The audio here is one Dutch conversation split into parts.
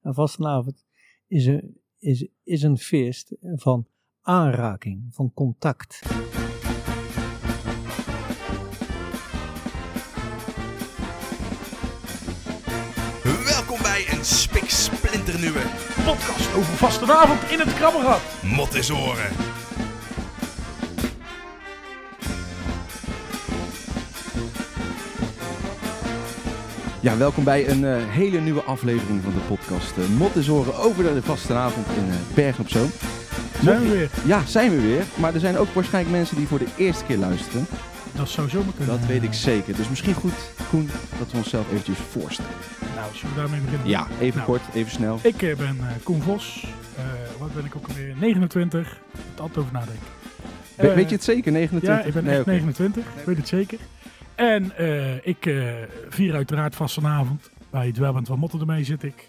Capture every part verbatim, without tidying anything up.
En vastenavond is een, is, is een feest van aanraking, van contact. Welkom bij een spiksplinternieuwe podcast over vastenavond in het Krabbengat. Mot is oren. Ja, welkom bij een uh, hele nieuwe aflevering van de podcast uh, Mot is oren over de vastenavond in uh, Bergen op Zoom. Zijn we weer? Ja, zijn we weer. Maar er zijn ook waarschijnlijk mensen die voor de eerste keer luisteren. Dat zou zomaar kunnen. Dat weet ik zeker. Dus misschien goed, Koen, dat we onszelf eventjes voorstellen. Nou, zullen we daarmee beginnen? Ja, even nou, kort, even snel. Ik uh, ben uh, Koen Vos. Uh, wat ben ik ook alweer? negenentwintig. Ik moet altijd over nadenken. We, Uh, weet je het zeker, negenentwintig? Ja, ik ben nee, echt okay. negenentwintig. Ik weet het zeker. En uh, ik uh, vier uiteraard vastenavond. Bij het Dwelband van Motten ermee zit ik.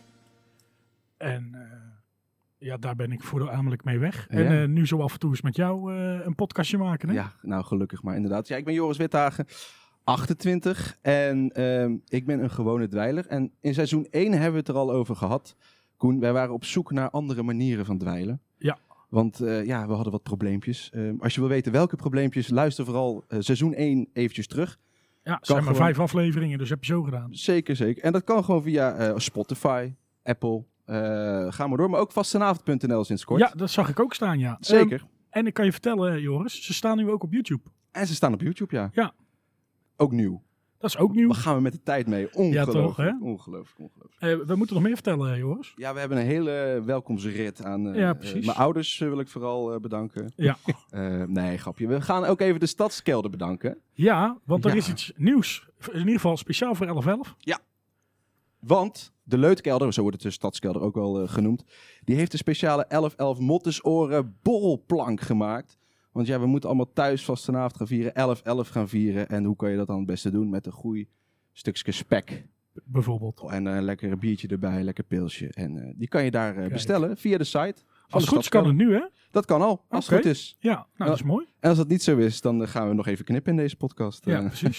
En uh, ja, daar ben ik voornamelijk mee weg. Ja. En uh, nu zo af en toe eens met jou uh, een podcastje maken. Hè? Ja, nou gelukkig maar inderdaad. Ja, ik ben Joris Withagen, achtentwintig. En uh, ik ben een gewone dweiler. En in seizoen één hebben we het er al over gehad. Koen, wij waren op zoek naar andere manieren van dweilen. Ja. Want uh, ja, we hadden wat probleempjes. Uh, als je wil weten welke probleempjes, luister vooral uh, seizoen één eventjes terug. Ja, het zijn maar gewoon vijf afleveringen, dus heb je zo gedaan. Zeker, zeker. En dat kan gewoon via uh, Spotify, Apple, uh, ga maar door. Maar ook vastenavond punt n l sinds kort. Ja, dat zag ik ook staan, ja. Zeker. Um, en ik kan je vertellen, Joris, ze staan nu ook op YouTube. En ze staan op YouTube, ja. Ja. Ook nieuw. Dat is ook nieuw. Waar gaan we met de tijd mee? Ongelooflijk, ja, toch, hè? ongelooflijk, ongelooflijk. Uh, we moeten nog meer vertellen, Joris. Ja, we hebben een hele welkomstrit aan uh, ja, precies. Uh, mijn ouders uh, wil ik vooral uh, bedanken. Ja. Uh, nee, grapje. We gaan ook even de Stadskelder bedanken. Ja, want er ja. is iets nieuws. In ieder geval speciaal voor elf elf. Ja. Want de Leutkelder, zo wordt het de Stadskelder ook wel uh, genoemd, die heeft een speciale elf elf Mottesoren borrelplank gemaakt. Want ja, we moeten allemaal thuis vastenavond gaan vieren, elf elf gaan vieren. En hoe kan je dat dan het beste doen? Met een goed stukje spek. Bijvoorbeeld. En een lekker biertje erbij, lekker pilsje. En uh, die kan je daar uh, bestellen via de site. Als het goed is kan het nu, hè? Dat kan al, als okay. het goed is. Ja, nou, ja, dat is mooi. En als dat niet zo is, dan gaan we nog even knippen in deze podcast. Ja, uh. precies.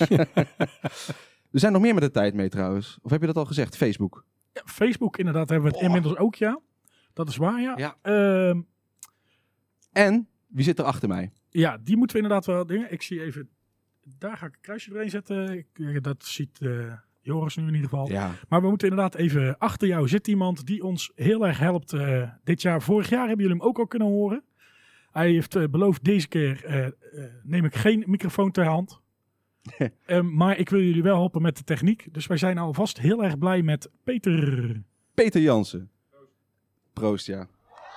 We zijn nog meer met de tijd mee trouwens. Of heb je dat al gezegd? Facebook? Ja, Facebook inderdaad hebben we het oh. inmiddels ook, ja. Dat is waar, ja. ja. Uh, en... Wie zit er achter mij? Ja, die moeten we inderdaad wel dingen. Ik zie even, daar ga ik een kruisje doorheen zetten. Ik, dat ziet uh, Joris nu in ieder geval. Ja. Maar we moeten inderdaad even, achter jou zit iemand die ons heel erg helpt uh, dit jaar. Vorig jaar hebben jullie hem ook al kunnen horen. Hij heeft uh, beloofd, deze keer uh, uh, neem ik geen microfoon ter hand. um, maar ik wil jullie wel helpen met de techniek. Dus wij zijn alvast heel erg blij met Peter. Peter Jansen. Proost, ja.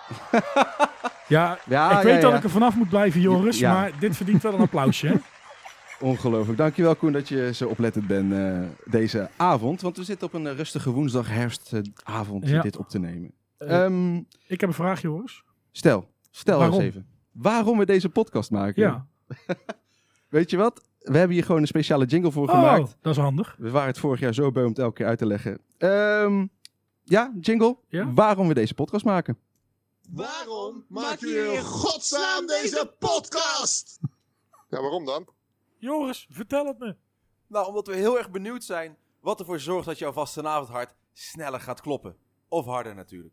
Ja, ja, ik weet ja, dat ja. ik er vanaf moet blijven, Joris, ja. maar dit verdient wel een applausje. Hè? Ongelooflijk. Dankjewel, Koen, dat je zo oplettend bent uh, deze avond. Want we zitten op een uh, rustige woensdag herfstavond ja. dit op te nemen. Uh, um, ik heb een vraag, Joris. Stel, stel Waarom? eens even. Waarom we deze podcast maken? Ja. Weet je wat? We hebben hier gewoon een speciale jingle voor oh, gemaakt. Dat is handig. We waren het vorig jaar zo beu om het elke keer uit te leggen. Um, ja, jingle. Ja? Waarom we deze podcast maken. Waarom maak je in godsnaam deze podcast? Ja, waarom dan? Joris, vertel het me. Nou, omdat we heel erg benieuwd zijn wat ervoor zorgt dat jouw vastenavondhart sneller gaat kloppen. Of harder natuurlijk.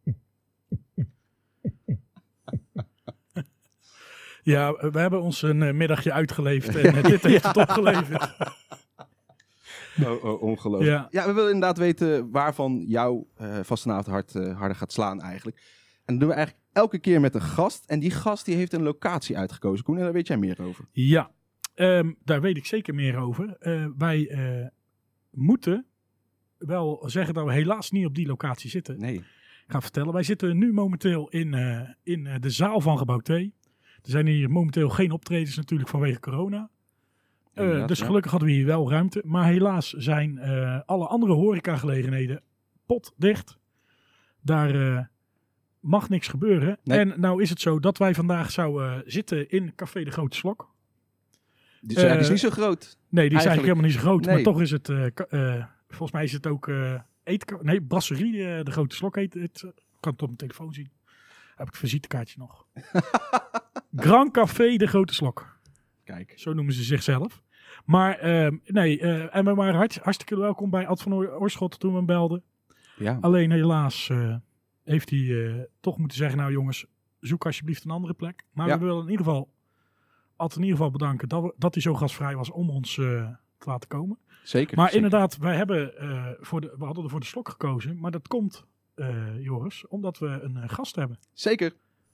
Ja, we hebben ons een uh, middagje uitgeleefd en uh, dit heeft ja. het opgeleverd. Oh, oh, ongelooflijk. Ja. ja, we willen inderdaad weten waarvan jouw uh, vastenavondhart uh, harder gaat slaan eigenlijk. En dat doen we eigenlijk elke keer met een gast. En die gast die heeft een locatie uitgekozen. Koen, en daar weet jij meer over. Ja, um, daar weet ik zeker meer over. Uh, wij uh, moeten wel zeggen dat we helaas niet op die locatie zitten. Nee. Ik ga vertellen, wij zitten nu momenteel in, uh, in uh, de zaal van Gebouw twee. Er zijn hier momenteel geen optredens natuurlijk vanwege corona. Uh, dus gelukkig hadden we hier wel ruimte. Maar helaas zijn uh, alle andere horecagelegenheden potdicht. Daar uh, mag niks gebeuren. Nee. En nou is het zo dat wij vandaag zouden uh, zitten in Café de Grote Slok. Die is, uh, die is niet zo groot. Nee, die is eigenlijk helemaal niet zo groot. Nee. Maar toch is het, uh, uh, volgens mij is het ook uh, eten, nee, Brasserie uh, de Grote Slok heet het. Ik kan het op mijn telefoon zien. Heb ik het visitekaartje nog. Grand Café de Grote Slok. Kijk. Zo noemen ze zichzelf. Maar uh, nee, uh, en we waren hart, hartstikke welkom bij Ad van Oorschot toen we hem belden. Ja. Alleen helaas uh, heeft hij uh, toch moeten zeggen, nou jongens, zoek alsjeblieft een andere plek. Maar ja. we willen in ieder geval, altijd in ieder geval bedanken dat, we, dat hij zo gastvrij was om ons uh, te laten komen. Zeker. Maar zeker. inderdaad, wij hebben, uh, voor de, we hadden er voor de slok gekozen. Maar dat komt, uh, Joris, omdat we een uh, gast hebben. Zeker.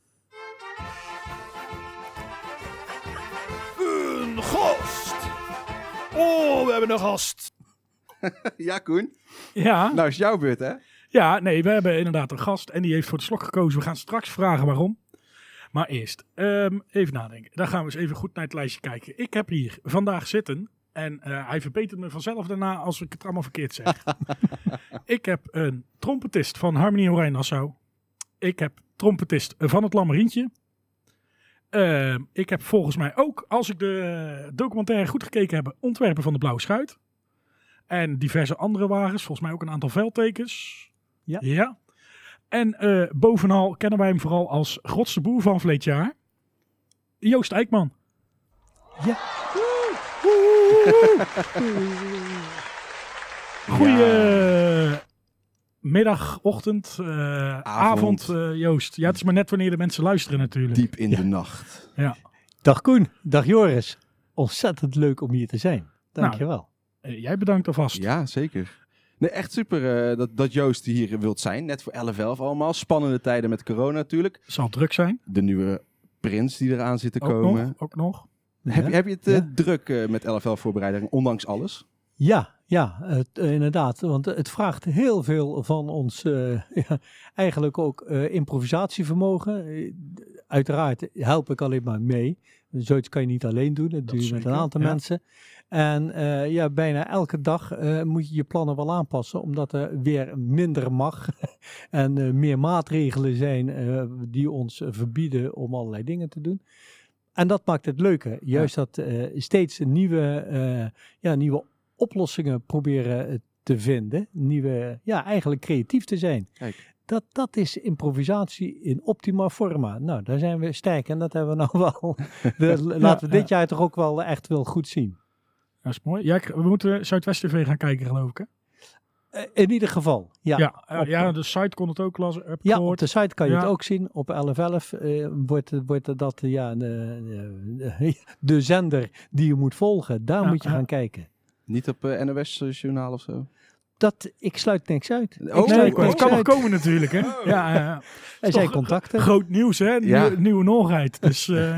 Een gast! Oh, we hebben een gast! Ja, Koen. Ja. Nou is jouw beurt, hè? Ja, nee, we hebben inderdaad een gast en die heeft voor de slok gekozen. We gaan straks vragen waarom. Maar eerst, um, even nadenken. Dan gaan we eens even goed naar het lijstje kijken. Ik heb hier vandaag zitten en uh, hij verbetert me vanzelf daarna als ik het allemaal verkeerd zeg. Ik heb een trompetist van Harmonie Oranje Nassau. Ik heb trompetist van het Lammerientje. Uh, ik heb volgens mij ook, als ik de documentaire goed gekeken heb, ontwerpen van de Blauwe Schuit. En diverse andere wagens. Volgens mij ook een aantal veldtekens. Ja. ja. En uh, bovenal kennen wij hem vooral als grootste boer van Vleetjaar. Joost Eijkman. Ja. Goeie ja. middag, ochtend, uh, avond, avond uh, Joost. Ja, het is maar net wanneer de mensen luisteren natuurlijk. Diep in ja. de nacht. Ja. Dag Koen, dag Joris. Ontzettend leuk om hier te zijn. Dankjewel. Nou, uh, jij bedankt alvast. Ja, zeker. Nee, echt super uh, dat, dat Joost hier wilt zijn. Net voor elf elf allemaal. Spannende tijden met corona natuurlijk. Zal druk zijn. De nieuwe prins die eraan zit te ook komen. Nog, ook nog. Heb, ja. heb je het uh, ja. druk uh, met elf elf voorbereiding, ondanks alles? Ja, ja het, uh, inderdaad. Want het vraagt heel veel van ons, uh, ja, eigenlijk ook uh, improvisatievermogen. Uh, uiteraard help ik alleen maar mee. Zoiets kan je niet alleen doen. Dat, dat doe je met een aantal ja. mensen. En uh, ja, bijna elke dag uh, moet je je plannen wel aanpassen, omdat er weer minder mag en uh, meer maatregelen zijn uh, die ons uh, verbieden om allerlei dingen te doen. En dat maakt het leuke. Juist ja. dat uh, steeds nieuwe, uh, ja, nieuwe oplossingen proberen te vinden. Nieuwe, ja, eigenlijk creatief te zijn. Kijk. Dat, dat is improvisatie in optima forma. Nou, daar zijn we sterk en dat hebben we nou wel. de, laten we dit ja. jaar toch ook wel echt wel goed zien. Dat is mooi. Ja, we moeten Zuidwest T V gaan kijken, geloof ik, hè? Uh, in ieder geval, ja. Ja, uh, op, ja, de site kon het ook lassen. Ja, op de site kan je ja. het ook zien. Op elf elf uh, wordt, wordt dat ja, de, de, de zender die je moet volgen. Daar ja, moet je ja. gaan kijken. Niet op uh, N O S-journaal of zo? Dat, ik sluit niks uit. Oh, ik sluit nee, het kan nog komen natuurlijk, hè? Oh. Ja, ja. Er zijn contacten. Groot nieuws, hè? Nieuwe, ja. nieuwe Noorheid. Dus, uh...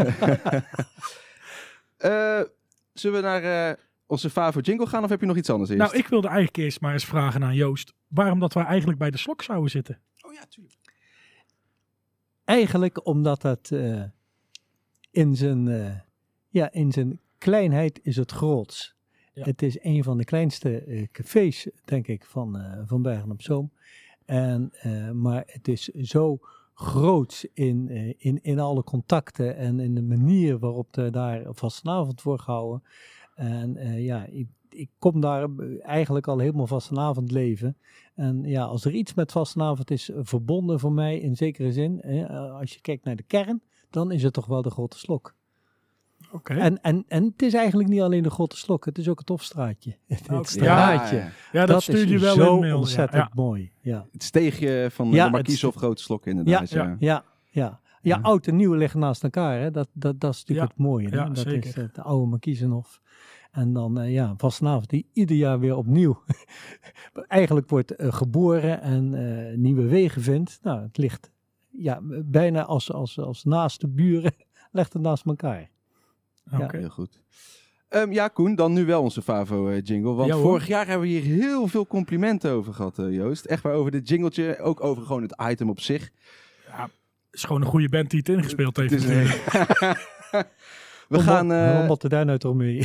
uh, zullen we naar... Uh... onze favo jingle gaan of heb je nog iets anders eerst? Nou, ik wilde eigenlijk eerst maar eens vragen aan Joost. Waarom dat wij eigenlijk bij de slok zouden zitten? Oh ja, tuurlijk. Eigenlijk omdat het uh, in, zijn, uh, ja, in zijn kleinheid is het groots. Ja. Het is een van de kleinste uh, cafés, denk ik, van, uh, van Bergen op Zoom. En, uh, maar het is zo groots in, uh, in, in alle contacten en in de manier waarop er daar vastenavond wordt gehouden. En uh, ja, ik, ik kom daar eigenlijk al helemaal vastenavond leven. En ja, als er iets met vastenavond is verbonden voor mij, in zekere zin, hè, als je kijkt naar de kern, dan is het toch wel de Grote Slok. Oké. Okay. En, en, en het is eigenlijk niet alleen de Grote Slok, het is ook het Hofstraatje. Het okay. straatje. Ja, ja. ja dat, dat stuur je is wel zo in mail. ontzettend ja. mooi. Ja. Het steegje van ja, de Markies of Grote Slok inderdaad. Ja, ja. ja, ja. ja. Ja, oud en nieuw liggen naast elkaar. Hè. Dat, dat, dat is natuurlijk ja. het mooie. Hè. Ja, dat zeker. is uh, de oude Markiezenhof. En dan, uh, ja, vastenavond die ieder jaar weer opnieuw eigenlijk wordt uh, geboren en uh, nieuwe wegen vindt. Nou, het ligt ja, bijna als, als, als naast de buren, legt het naast elkaar. Oké, okay. ja. Heel goed. Um, ja, Koen, dan nu wel onze Favo uh, jingle. Want ja, vorig jaar hebben we hier heel veel complimenten over gehad, uh, Joost. Echt waar over dit jingletje, ook over gewoon het item op zich. Ja, het is gewoon een goede band die het ingespeeld heeft. Het is een... We Om, gaan... Uh... Wat er daar nou toch mee?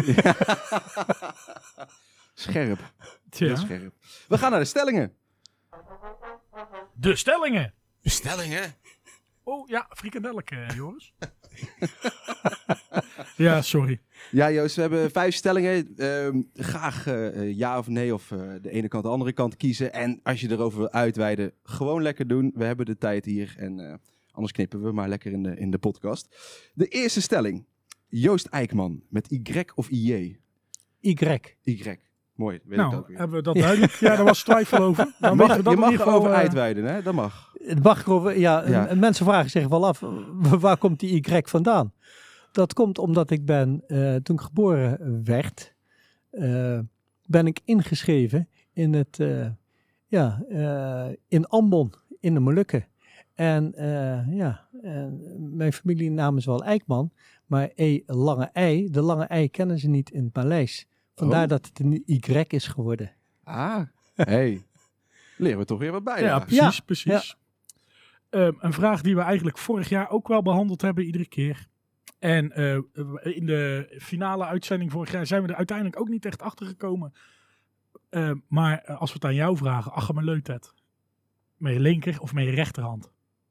Scherp. Tja. Heel scherp. We gaan naar de stellingen. De stellingen. De stellingen? Oh ja, frikandelleke, Joris. Ja, sorry. Ja, Joost, we hebben vijf stellingen. Uh, graag uh, ja of nee of uh, de ene kant de andere kant kiezen. En als je erover wil uitweiden, gewoon lekker doen. We hebben de tijd hier en uh, anders knippen we maar lekker in de, in de podcast. De eerste stelling. Joost Eijkman met Y of I J? Y. Y. Mooi, weet Nou, ik ook weer. hebben we dat duidelijk? Ja, daar was twijfel over. Dan Je weten mag, we dat je in mag ieder geval, erover eh, uitweiden, hè? Dat mag. Het mag erover, ja, Ja. en mensen vragen zich wel af, waar komt die Y vandaan? Dat komt omdat ik ben, uh, toen ik geboren werd, uh, ben ik ingeschreven in het, uh, ja, uh, in Ambon, in de Molukken. En uh, ja, uh, mijn familienaam is wel Eijkman, maar E, lange ei, de lange ei kennen ze niet in het Maleis. Vandaar Oh. dat het een Y is geworden. Ah, hey. Leren we toch weer wat bij. Ja, Ja. precies, Ja, precies. Um, een vraag die we eigenlijk vorig jaar ook wel behandeld hebben, iedere keer. En uh, in de finale uitzending vorig jaar zijn we er uiteindelijk ook niet echt achter gekomen. Uh, maar uh, als we het aan jou vragen, Achem Leutet. Met je linker of met je rechterhand?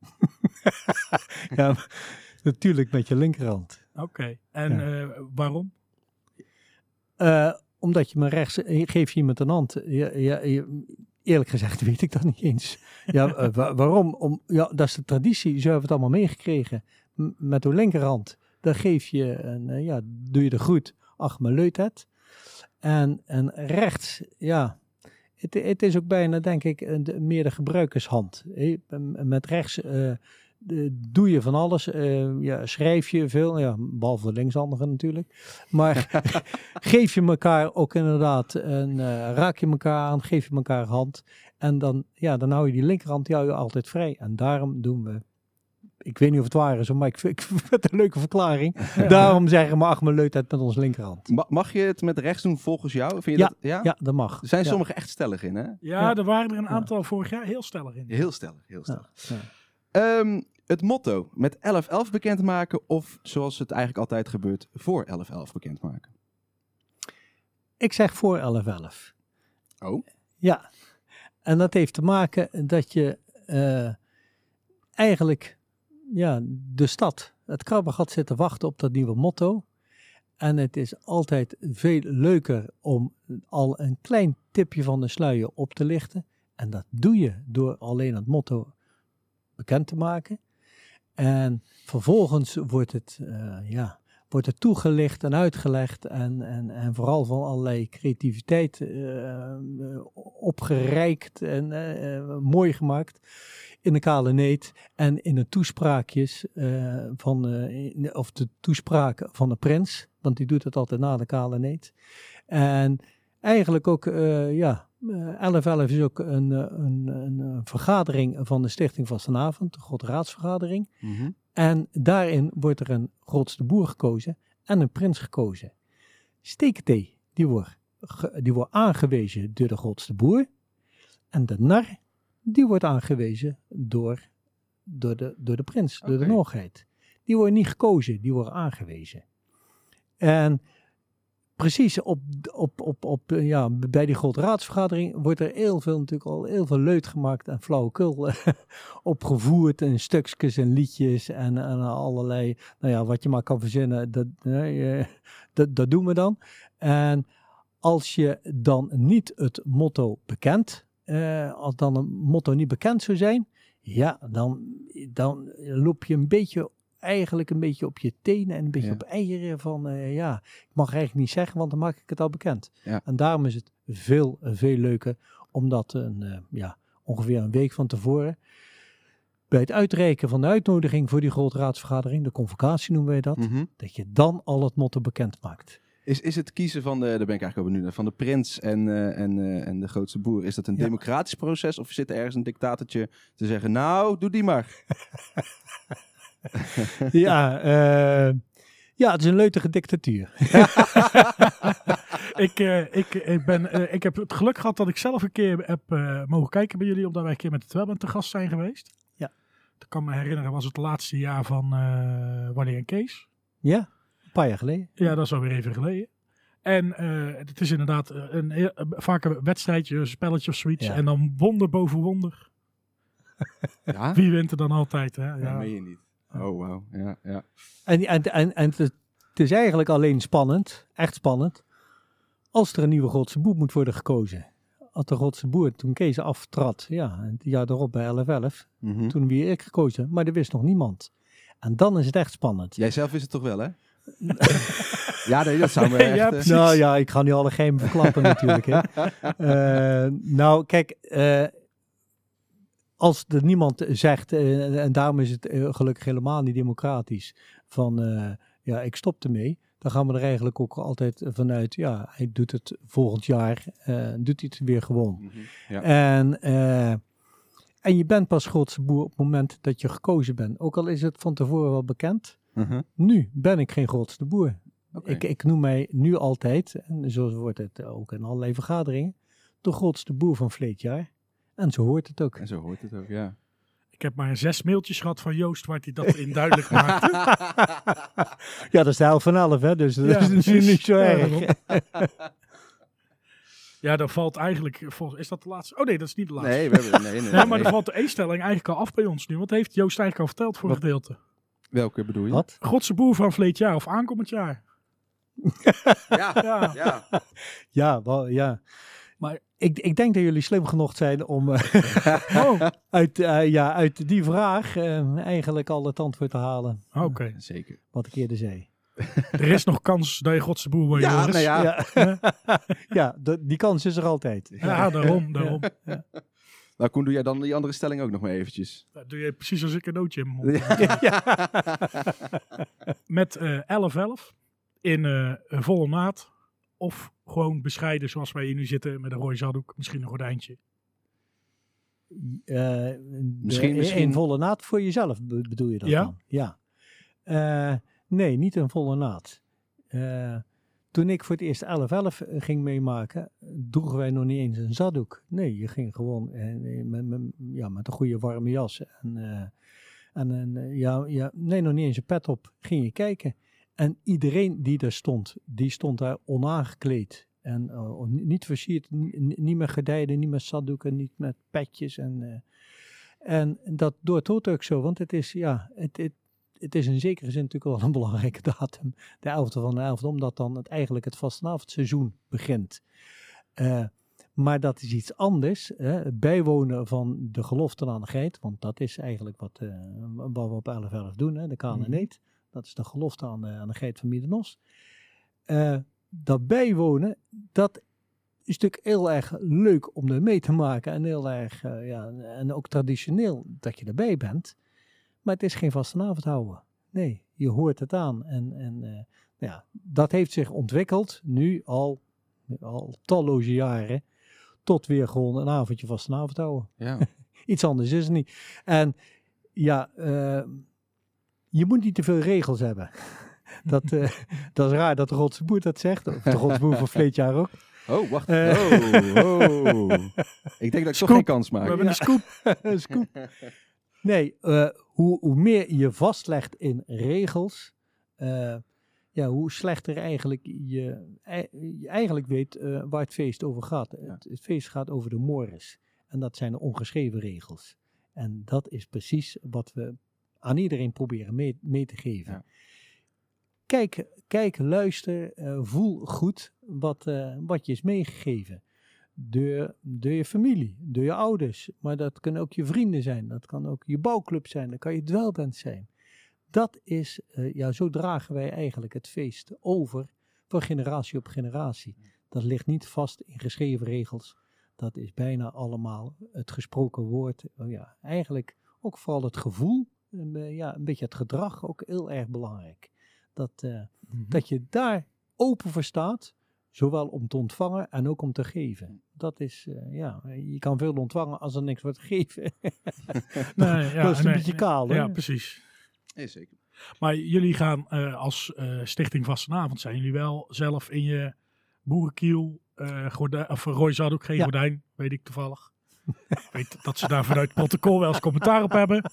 Ja, natuurlijk met je linkerhand. Oké, okay. En Ja. uh, waarom? Uh, omdat je me rechts, geef je iemand een hand. Ja, ja, ja, eerlijk gezegd weet ik dat niet eens. Ja, uh, wa- waarom? Om, ja, dat is de traditie. Zo hebben we het allemaal meegekregen. M- met de linkerhand, dan geef je, een, uh, ja, doe je de groet, ach me leut het. En, en rechts, ja, het, het is ook bijna, denk ik, een, de, meer de gebruikershand. He, met rechts uh, de, doe je van alles. Uh, ja, schrijf je veel, ja, behalve de linkshandigen natuurlijk. Maar geef je elkaar ook inderdaad, een, uh, raak je elkaar aan, geef je elkaar hand. En dan, ja, dan hou je die linkerhand die hou je altijd vrij. En daarom doen we, ik weet niet of het waar is, maar ik vind, ik vind het een leuke verklaring. Ja. Daarom zeggen we, ach, me leut het met ons linkerhand. Ma- mag je het met rechts doen volgens jou? Vind je Ja, dat, ja? Ja, dat mag. Er zijn ja. sommigen echt stellig in, hè? Ja, Ja. er waren er een aantal vorig jaar heel stellig in. Heel stellig, heel stellig. Ja, ja. Um, het motto, met elf elf bekendmaken of zoals het eigenlijk altijd gebeurt, voor elf elf bekendmaken? Ik zeg voor elf elf. Oh? Ja, en dat heeft te maken dat je uh, eigenlijk ja, de stad, het Krabbegat zit te wachten op dat nieuwe motto. En het is altijd veel leuker om al een klein tipje van de sluier op te lichten. En dat doe je door alleen het motto bekend te maken. En vervolgens wordt het, uh, ja, wordt het toegelicht en uitgelegd en, en, en vooral van allerlei creativiteit uh, opgereikt en uh, uh, mooi gemaakt in de kale neet en in de toespraakjes uh, van, uh, of de toespraak van de prins, want die doet het altijd na de kale neet. En eigenlijk ook, uh, ja, elf elf is ook een, een, een, een vergadering van de Stichting Vastenavond, de grote raadsvergadering. Mm-hmm. En daarin wordt er een grootste boer gekozen en een prins gekozen. Steketee, die wordt, ge, die wordt aangewezen door de grootste boer. En de nar, die wordt aangewezen door, door, de, door de prins, door Okay. de Noogheid. Die worden niet gekozen, die worden aangewezen. En precies op, op, op, op, ja, bij die grote raadsvergadering wordt er heel veel, natuurlijk al heel veel leut gemaakt en flauwekul opgevoerd en stukjes en liedjes en, en allerlei, nou ja, wat je maar kan verzinnen, dat, nee, dat, dat doen we dan. En als je dan niet het motto bekent, uh, als dan een motto niet bekend zou zijn, ja, dan, dan loop je een beetje eigenlijk een beetje op je tenen en een beetje Ja. op eieren van, uh, ja, ik mag eigenlijk niet zeggen, want dan maak ik het al bekend. Ja. En daarom is het veel, veel leuker, omdat een, uh, ja, ongeveer een week van tevoren, bij het uitreiken van de uitnodiging voor die grote raadsvergadering, de convocatie noemen wij dat, Mm-hmm. dat je dan al het motto bekend maakt. Is, is het kiezen van de, daar ben ik eigenlijk wel benieuwd naar, van de prins en, uh, en, uh, en de grootste boer, is dat een Ja. democratisch proces of zit er ergens een dictatortje te zeggen, nou, doe die maar. Ja, uh, ja, het is een leutige dictatuur. ik, uh, ik, ik, ben, uh, ik heb het geluk gehad dat ik zelf een keer heb uh, mogen kijken bij jullie, omdat wij een keer met de Twelband te gast zijn geweest. Ja. Ik kan me herinneren, was het laatste jaar van uh, Wanneer en Kees. Ja, een paar jaar geleden. Ja, dat is alweer even geleden. En uh, het is inderdaad een, een, een, vaak een wedstrijdje, een spelletje of zoiets. Ja. En dan wonder boven wonder. Ja? Wie wint er dan altijd? Hè? Ja, Ja. meen je niet. Oh, wauw. Ja, ja. En, en, en, en het, het is eigenlijk alleen spannend, echt spannend, als er een nieuwe grootste boer moet worden gekozen. Als de grootste boer, toen Kees aftrad, ja, het jaar erop bij elf elf, Mm-hmm. toen wie ik gekozen, maar er wist nog niemand. En dan is het echt spannend. Jij zelf is het toch wel, hè? Ja, nee, dat zou me echt... Ja, eh, precies. Nou ja, ik ga nu alle geheimen verklappen natuurlijk. Hè. Uh, nou, kijk, uh, als er niemand zegt, uh, en daarom is het uh, gelukkig helemaal niet democratisch, van uh, ja, ik stop ermee, dan gaan we er eigenlijk ook altijd vanuit, ja, hij doet het volgend jaar, uh, doet hij het weer gewoon. mm-hmm, ja. En, uh, en je bent pas grootste boer op het moment dat je gekozen bent. Ook al is het van tevoren wel bekend, uh-huh. nu ben ik geen grootste boer. Okay. Ik, ik noem mij nu altijd, en zo wordt het ook in allerlei vergaderingen, de grootste boer van Vleetjaar. En zo hoort het ook. En zo hoort het ook, ja. Ik heb maar zes mailtjes gehad van Joost waar hij dat in duidelijk maakte. Ja, dat is de helft van elf, hè? Dus dat Ja, is precies. nu niet zo Ja, erg. Ja, dan valt eigenlijk... Volgens, is dat de laatste? Oh nee, dat is niet de laatste. Nee, we hebben, nee, nee, Nee, nee. maar dan valt de E-stelling eigenlijk al af bij ons nu. Wat heeft Joost eigenlijk al verteld voor een Wat? gedeelte? Welke bedoel je? Wat? Godse boer van Vleetjaar of aankomend jaar. Ja, Ja. ja. Ja, wel, ja. Maar- ik, ik denk dat jullie slim genoeg zijn om uh, Oh, uit, uh, ja, uit die vraag uh, eigenlijk al het antwoord te halen. oké. Zeker. Wat ik eerder zei. Er is nog kans dat je Godse boer wordt, Ja, Joris. nou ja. Ja, ja d- die kans is er altijd. Ja, daarom, daarom. Nou, Koen, doe jij dan die andere stelling ook nog maar eventjes? Dat doe je precies als ik een nootje in mijn mond. Ja. Met uh, elf elf in uh, een volle naad. Of gewoon bescheiden zoals wij hier nu zitten met een rode zaddoek. Misschien een gordijntje. Uh, Misschien- de, misschien- Een volle naad voor jezelf be- bedoel je dat Ja? dan? Ja. Uh, nee, niet een volle naad. Uh, toen ik voor het eerst elf elf ging meemaken, droegen wij nog niet eens een zaddoek. Nee, je ging gewoon uh, met, met, ja, met een goede warme jas. En, uh, en uh, ja, ja, nee, nog niet eens een pet op. Ging je kijken. En iedereen die daar stond, die stond daar onaangekleed. En uh, niet versierd, n- niet met gordijnen, niet met zaddoeken, niet met petjes. En, uh, en dat doet het ook zo, want het is, ja, het, het, het is in zekere zin natuurlijk wel een belangrijke datum. De elfde van de elfde, omdat dan het, eigenlijk het vastenavondseizoen begint. Uh, maar dat is iets anders. Hè? Het bijwonen van de gelofte aan de geit, want dat is eigenlijk wat, uh, wat we op elf elf doen, hè? De Kananeet. Dat is de gelofte aan de, aan de geit van Mydenos. Uh, dat bijwonen, dat is natuurlijk heel erg leuk om er mee te maken. En heel erg, uh, ja, en ook traditioneel dat je erbij bent. Maar het is geen vastenavond houden. Nee, je hoort het aan. En, en uh, ja, dat heeft zich ontwikkeld, nu al, al talloze jaren, tot weer gewoon een avondje vastenavond houden. Ja. Iets anders is het niet. En ja, uh, je moet niet te veel regels hebben. Dat, uh, dat is raar dat de Godse boer dat zegt. Of de Godse boer van Vleetjaar ook. Oh, wacht. Uh, Oh, oh. Ik denk dat ik Scoop. toch geen kans maak. We hebben een scoop. Scoop. Nee, uh, hoe, hoe meer je vastlegt in regels, uh, ja, hoe slechter eigenlijk je, je eigenlijk weet uh, waar het feest over gaat. Ja. Het, het feest gaat over de mores. En dat zijn de ongeschreven regels. En dat is precies wat we aan iedereen proberen mee, mee te geven. Ja. Kijk, kijk, luister, uh, voel goed wat, uh, wat je is meegegeven. Door, door je familie, door je ouders. Maar dat kunnen ook je vrienden zijn. Dat kan ook je bouwclub zijn. Dat kan je dwelband zijn. Dat is, uh, ja, zo dragen wij eigenlijk het feest over van generatie op generatie. Dat ligt niet vast in geschreven regels. Dat is bijna allemaal het gesproken woord. Oh ja, eigenlijk ook vooral het gevoel. Uh, ja, een beetje het gedrag ook heel erg belangrijk. Dat, uh, mm-hmm. dat je daar open voor staat. Zowel om te ontvangen en ook om te geven. Dat is, uh, ja, je kan veel ontvangen als er niks wordt gegeven. nee, ja, dat is een nee, beetje kaal, hè? Ja, precies. Nee, zeker. Maar jullie gaan uh, als uh, Stichting Vastenavond, zijn jullie wel zelf in je boerenkiel, uh, gordijn, of Roy zat ook geen ja. gordijn, weet ik toevallig. Ik weet dat ze daar vanuit het protocol wel eens commentaar op hebben.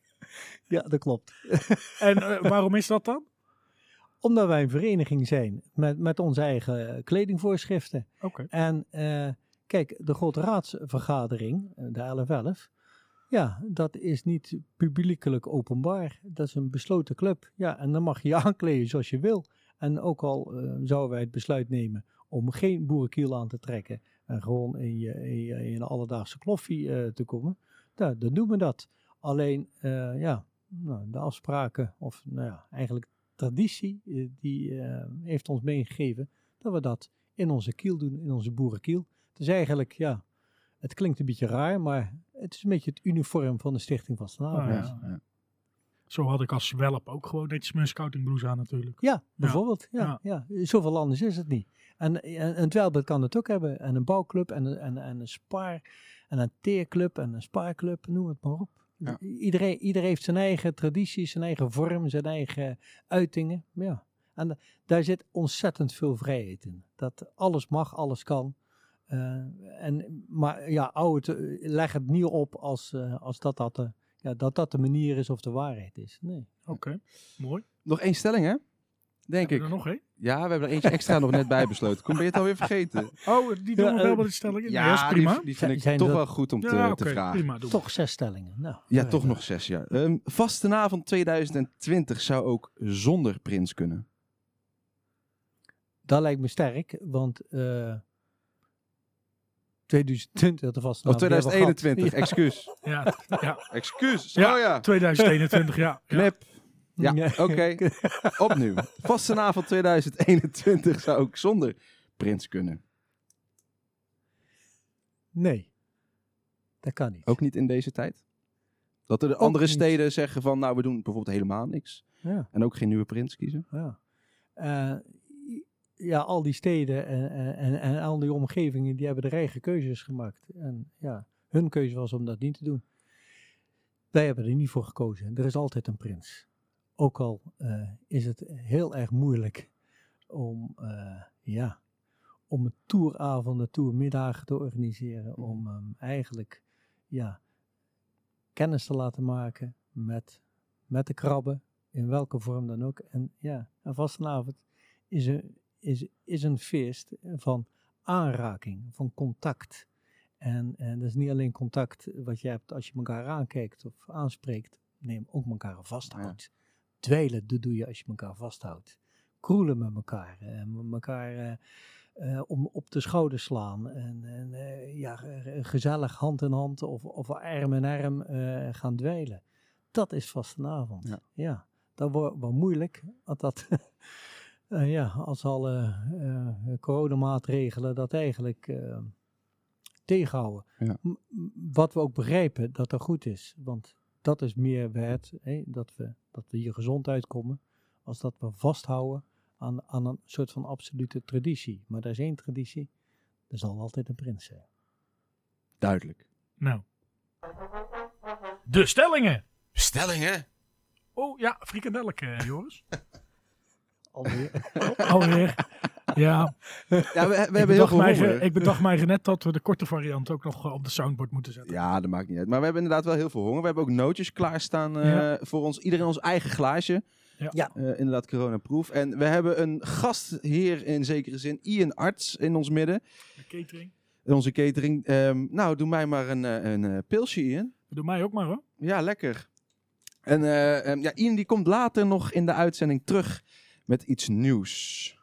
Ja, dat klopt. En uh, waarom is dat dan? Omdat wij een vereniging zijn met, met onze eigen kledingvoorschriften. Okay. En uh, kijk, de Grote Raadsvergadering, de elf elf, ja, dat is niet publiekelijk openbaar. Dat is een besloten club. Ja, en dan mag je je aankleden zoals je wil. En ook al uh, zouden wij het besluit nemen om geen boerenkiel aan te trekken en gewoon in je, in je, in je alledaagse kloffie uh, te komen, nou, dan doen we dat. Alleen, uh, ja, nou, de afspraken, of nou ja, eigenlijk traditie, uh, die uh, heeft ons meegegeven dat we dat in onze kiel doen, in onze boerenkiel. Het is eigenlijk, ja, het klinkt een beetje raar, maar het is een beetje het uniform van de Stichting Vastenavond. Oh, ja. Ja. Zo had ik als welp ook gewoon netjes mijn scoutingblouse aan natuurlijk. Ja, bijvoorbeeld. Ja. Ja, ja. Ja. Zoveel anders is het niet. En, en een dweilbed kan het ook hebben. En een bouwclub en een, en, en een spaar en een teerclub en een spaarclub, noem het maar op. Ja. Iedereen, iedereen heeft zijn eigen tradities, zijn eigen vorm, zijn eigen uitingen. Ja. En da, daar zit ontzettend veel vrijheid in. Dat alles mag, alles kan. Uh, en, maar ja, oude te, leg het niet op als, uh, als dat, dat, de, ja, dat dat de manier is of de waarheid is. Nee. Oké, okay. Mooi. Nog één stelling, hè? Denk hebben ik. Er nog één? Ja, we hebben er eentje extra nog net bij besloten. Kom, ben je het alweer vergeten? Oh, die doen we ja, wel bij de stellingen? Ja, nee, dat is prima. Die, die vind ik zijn toch dat... wel goed om te, ja, okay, te vragen. Prima, toch zes stellingen. Nou, ja, toch nog zes, ja. Um, Vastenavond tweeduizend twintig zou ook zonder Prins kunnen. Dat lijkt me sterk, want uh, tweeduizend twintig de vastenavond. Of tweeduizend eenentwintig, excuus. Ja, ja. Excuus. Ja, oh ja. tweeduizend eenentwintig, ja. Knip. Ja, ja. oké. Okay. Opnieuw. Vastenavond tweeduizend eenentwintig zou ook zonder Prins kunnen. Nee, dat kan niet. Ook niet in deze tijd? Dat er de andere niet. Steden zeggen van, nou, we doen bijvoorbeeld helemaal niks. Ja. En ook geen nieuwe Prins kiezen? Ja. Uh, ja, al die steden en, en, en al die omgevingen, die hebben de eigen keuzes gemaakt. En ja, hun keuze was om dat niet te doen. Wij hebben er niet voor gekozen. Er is altijd een prins. Ook al uh, is het heel erg moeilijk om, uh, ja, om een touravonden, tourmiddagen te organiseren. Om um, eigenlijk ja, kennis te laten maken met, met de krabben, in welke vorm dan ook. En ja, een vastenavond is een, is, is een feest van aanraking, van contact. En, en dat is niet alleen contact wat je hebt als je elkaar aankijkt of aanspreekt. Nee, ook elkaar vasthoudt. Ja. Dweilen, dat doe je als je elkaar vasthoudt. Kroelen met elkaar. En elkaar uh, uh, om op de schouder slaan. En, en uh, ja, gezellig hand in hand of, of arm in arm uh, gaan dweilen. Dat is vastenavond. Ja, ja dat wordt wel moeilijk. Als dat uh, ja, als alle uh, coronamaatregelen dat eigenlijk uh, tegenhouden. Ja. M- wat we ook begrijpen dat dat goed is. Want dat is meer waard, hè, dat, we, dat we hier gezond uitkomen, als dat we vasthouden aan, aan een soort van absolute traditie. Maar er is één traditie, er zal altijd een prins zijn. Duidelijk. Nou. De stellingen. Stellingen? Oh ja, frikandelleke, Joris. Alweer. Alweer. Ja. Ja, we, we hebben heel veel mij, Ik bedacht mij net dat we de korte variant ook nog uh, op de soundboard moeten zetten. Ja, dat maakt niet uit. Maar we hebben inderdaad wel heel veel honger. We hebben ook nootjes klaarstaan uh, ja. voor ons. Iedereen ons eigen glaasje. Ja. ja. Uh, inderdaad, coronaproof. En we hebben een gastheer in zekere zin. Ian Arts in ons midden. De catering. In onze catering. Um, nou, doe mij maar een, een, een pilsje, Ian. Doe mij ook maar, hoor. Ja, lekker. En uh, um, ja, Ian die komt later nog in de uitzending terug met iets nieuws.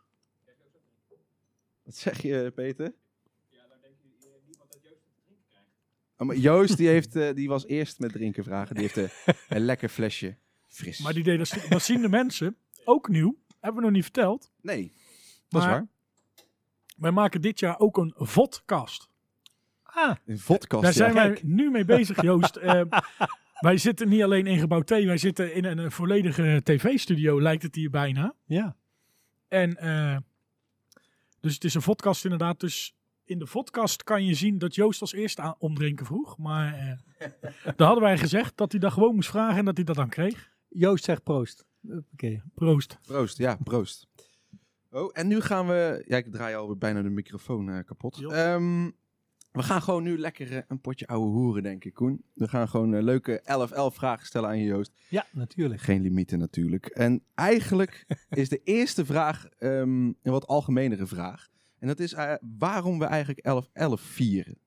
Wat zeg je, Peter? Ja, dan denk je uh, niemand dat Joost te drinken krijgt. Oh, maar Joost die, heeft, uh, die was eerst met drinken vragen. Die heeft uh, een lekker flesje fris. Maar die deden, dat zien de mensen. Ook nieuw. Hebben we nog niet verteld. Nee, dat maar is waar. Wij maken dit jaar ook een vodcast. Ah, een vodcast, daar zijn ja. wij nu mee bezig, Joost. uh, wij zitten niet alleen in gebouw T. Wij zitten in een, een volledige tv-studio, lijkt het hier bijna. Ja. En... Uh, Dus het is een vodcast inderdaad. Dus in de vodcast kan je zien dat Joost als eerste aan omdrinken vroeg. Maar eh, daar hadden wij gezegd dat hij dat gewoon moest vragen en dat hij dat dan kreeg. Joost zegt proost. Oké. Okay. Proost. Proost, ja, proost. Oh, en nu gaan we... Ja, ik draai alweer bijna de microfoon uh, kapot. Um, we gaan gewoon nu lekker uh, een potje ouwe hoeren, denk ik, Koen. We gaan gewoon uh, leuke elf elf vragen stellen aan je, Joost. Ja, natuurlijk. Geen limieten natuurlijk. En eigenlijk is de eerste vraag um, een wat algemenere vraag. En dat is uh, waarom we eigenlijk elf elf vieren.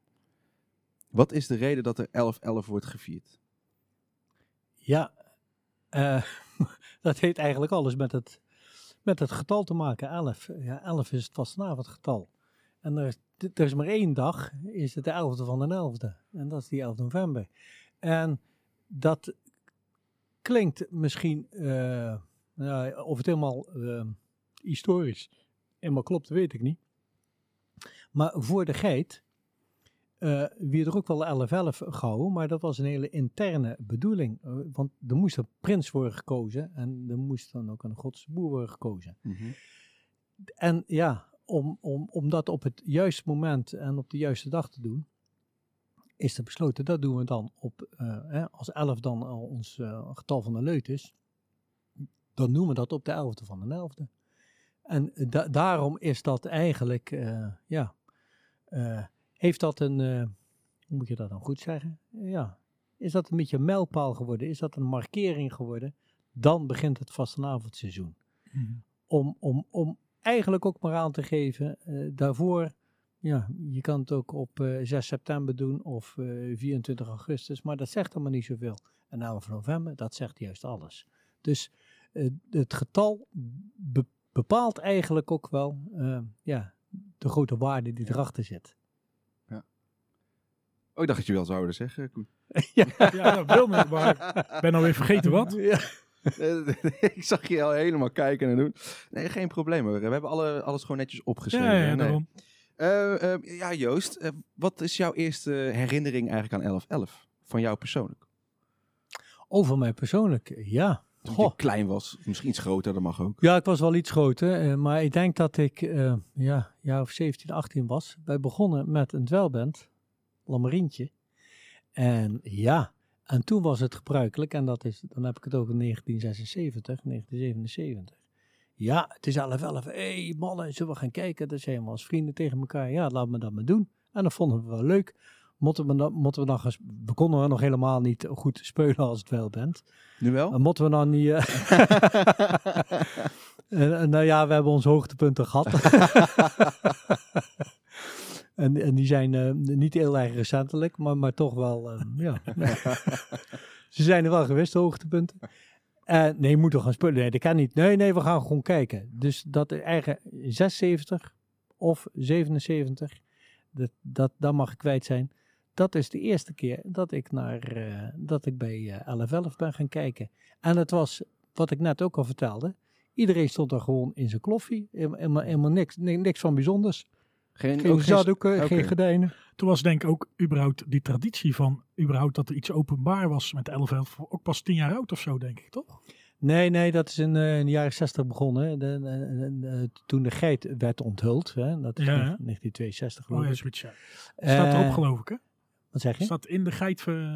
Wat is de reden dat er elf elf wordt gevierd? Ja, uh, dat heeft eigenlijk alles met het, met het getal te maken. elf. Ja, elf is het vastenavondgetal. En er is, er is maar één dag, is het de elfde van de elfde. En dat is die elfde november. En dat klinkt misschien uh, Ja, of het helemaal uh, historisch helemaal klopt, weet ik niet. Maar voor de geit, uh, wie er ook wel elf elf gehouden, maar dat was een hele interne bedoeling. Uh, want er moest een prins worden gekozen en er moest dan ook een Godse boer worden gekozen. Mm-hmm. En ja, om, om, om dat op het juiste moment en op de juiste dag te doen, is er besloten, dat doen we dan op, uh, hè, als elf dan al ons uh, getal van de leut is, dan noemen we dat op de elfde van de elfde. En da- daarom is dat eigenlijk, uh, ja, uh, heeft dat een, uh, hoe moet je dat dan goed zeggen? Ja, is dat een beetje een mijlpaal geworden? Is dat een markering geworden? Dan begint het vastenavondseizoen. Mm-hmm. Om, om, om eigenlijk ook maar aan te geven, uh, daarvoor, ja, je kan het ook op uh, zes september doen of uh, vierentwintig augustus, maar dat zegt allemaal niet zoveel. En elf november, dat zegt juist alles. Dus uh, het getal be- bepaalt eigenlijk ook wel uh, ja, de grote waarde die erachter zit. Ja. Oh, ik dacht dat je wel zou willen zeggen, Koen. ja, ja, dat wil niet, maar ik ben alweer vergeten wat. Ja. Ik zag je al helemaal kijken en doen. Nee, geen probleem hoor. We hebben alle, alles gewoon netjes opgeschreven. Ja, ja, nee. daarom. Uh, uh, ja, Joost, uh, wat is jouw eerste herinnering eigenlijk aan elf elf? Van jou persoonlijk? Over mij persoonlijk, ja. Toen je klein was, misschien iets groter, dat mag ook. Ja, ik was wel iets groter, uh, maar ik denk dat ik uh, ja, jaar of zeventien, achttien was. Wij begonnen met een dweilband, Lammerientje. En ja, en toen was het gebruikelijk, en dat is, dan heb ik het over negentien zesenzeventig, negentien zevenenzeventig. Ja, het is elf elf. Hé hey, mannen, zullen we gaan kijken? Dan zijn we als vrienden tegen elkaar. Ja, laten we dat maar doen. En dat vonden we wel leuk. Moeten we, dan, moeten we, dan gaan, we konden nog helemaal niet goed spelen als dweilband. Nu wel? En moeten we dan niet... Uh... en, en, nou ja, we hebben onze hoogtepunten gehad. en, en die zijn uh, niet heel erg recentelijk, maar, maar toch wel... Uh, ja. Ze zijn er wel geweest, de hoogtepunten. Uh, nee, moeten we gaan spelen? Nee, dat kan niet. Nee, nee, we gaan gewoon kijken. Dus dat eigen zesenzeventig of zevenenzeventig, dat, dat, dat mag ik kwijt zijn. Dat is de eerste keer dat ik, naar, uh, dat ik bij uh, elf elf ben gaan kijken. En het was, wat ik net ook al vertelde, iedereen stond daar gewoon in zijn kloffie. Helemaal, helemaal niks, niks van bijzonders. Geen, geen zaddoeken, geen, okay. geen gordijnen. Toen was denk ik ook überhaupt die traditie van überhaupt dat er iets openbaar was met elf elf ook pas tien jaar oud of zo, denk ik, toch? Nee, nee, dat is in, uh, in de jaren zestig begonnen. De, de, de, de, toen de geit werd onthuld. Hè? Dat is ja, negentien tweeënzestig geloof ik. ik. Oh ja, switch, ja. Staat erop uh, geloof ik, hè? Wat zeg je? Staat in de geit... Uh,